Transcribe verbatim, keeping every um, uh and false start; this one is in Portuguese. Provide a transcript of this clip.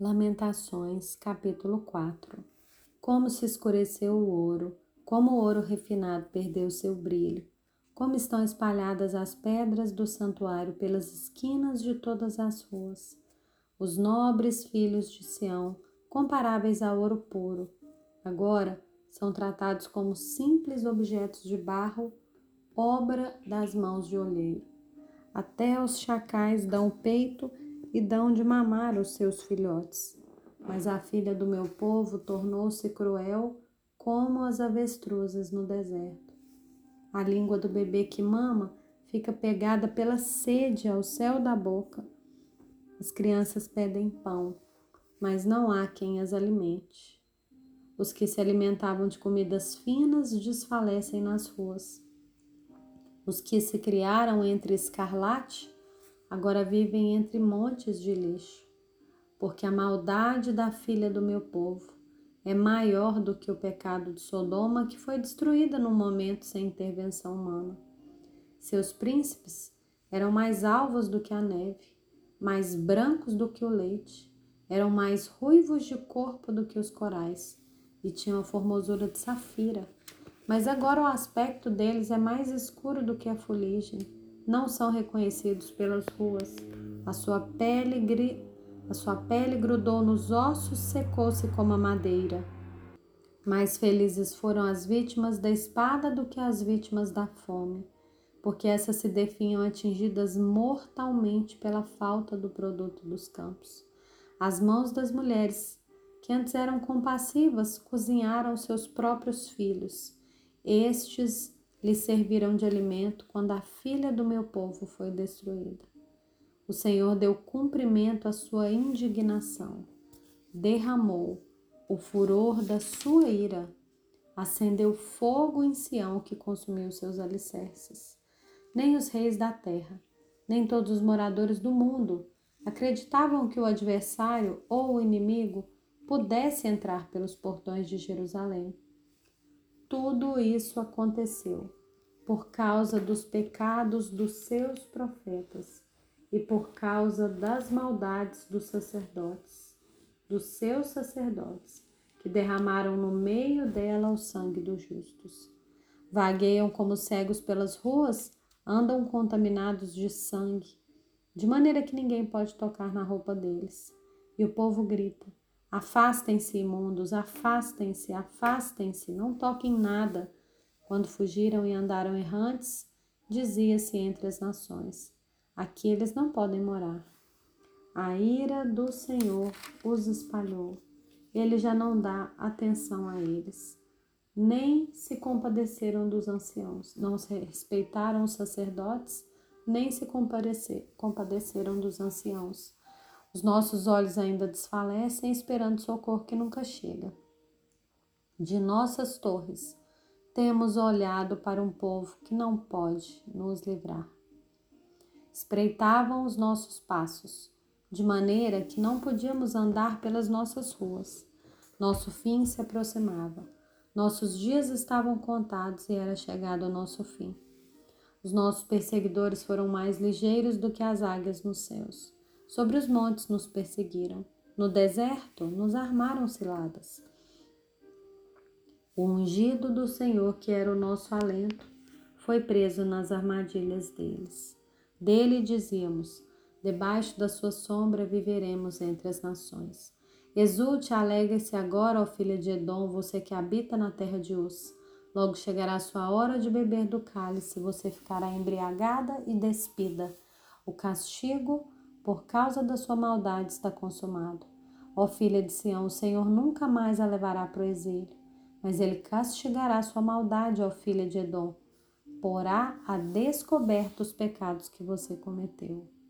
Lamentações, capítulo quatro. Como se escureceu o ouro, como o ouro refinado perdeu seu brilho, como estão espalhadas as pedras do santuário pelas esquinas de todas as ruas. Os nobres filhos de Sião, comparáveis a ouro puro, agora são tratados como simples objetos de barro, obra das mãos de olheiro. Até os chacais dão o peito e dão de mamar aos seus filhotes. Mas a filha do meu povo tornou-se cruel como as avestruzes no deserto. A língua do bebê que mama fica pegada pela sede ao céu da boca. As crianças pedem pão, mas não há quem as alimente. Os que se alimentavam de comidas finas desfalecem nas ruas. Os que se criaram entre escarlate agora vivem entre montes de lixo, porque a maldade da filha do meu povo é maior do que o pecado de Sodoma, que foi destruída num momento sem intervenção humana. Seus príncipes eram mais alvos do que a neve, mais brancos do que o leite, eram mais ruivos de corpo do que os corais, e tinham a formosura de safira. Mas agora o aspecto deles é mais escuro do que a fuligem. Não são reconhecidos pelas ruas. A sua pele, gri... a sua pele grudou nos ossos, secou-se como a madeira. Mais felizes foram as vítimas da espada do que as vítimas da fome, porque essas se definham atingidas mortalmente pela falta do produto dos campos. As mãos das mulheres, que antes eram compassivas, cozinharam seus próprios filhos. Estes lhes serviram de alimento quando a filha do meu povo foi destruída. O Senhor deu cumprimento à sua indignação, derramou o furor da sua ira, acendeu fogo em Sião que consumiu seus alicerces. Nem os reis da terra, nem todos os moradores do mundo acreditavam que o adversário ou o inimigo pudesse entrar pelos portões de Jerusalém. Tudo isso aconteceu por causa dos pecados dos seus profetas e por causa das maldades dos sacerdotes, dos seus sacerdotes, que derramaram no meio dela o sangue dos justos. Vagueiam como cegos pelas ruas, andam contaminados de sangue, de maneira que ninguém pode tocar na roupa deles. E o povo grita: afastem-se, imundos, afastem-se, afastem-se, não toquem nada. Quando fugiram e andaram errantes, dizia-se entre as nações: aqui eles não podem morar. A ira do Senhor os espalhou. Ele já não dá atenção a eles. Nem se compadeceram dos anciãos, não se respeitaram os sacerdotes, nem se compadeceram dos anciãos. Os nossos olhos ainda desfalecem, esperando socorro que nunca chega. De nossas torres, temos olhado para um povo que não pode nos livrar. Espreitavam os nossos passos, de maneira que não podíamos andar pelas nossas ruas. Nosso fim se aproximava. Nossos dias estavam contados e era chegado o nosso fim. Os nossos perseguidores foram mais ligeiros do que as águias nos céus. Sobre os montes nos perseguiram. No deserto nos armaram ciladas. O ungido do Senhor, que era o nosso alento, foi preso nas armadilhas deles. Dele dizíamos: debaixo da sua sombra viveremos entre as nações. Exulte e alegre-se agora, ó filha de Edom, você que habita na terra de Uz. Logo chegará a sua hora de beber do cálice, você ficará embriagada e despida. O castigo, por causa da sua maldade, está consumado. Ó filha de Sião, o Senhor nunca mais a levará para o exílio, mas ele castigará sua maldade, ó filha de Edom. Porá a descoberto os pecados que você cometeu.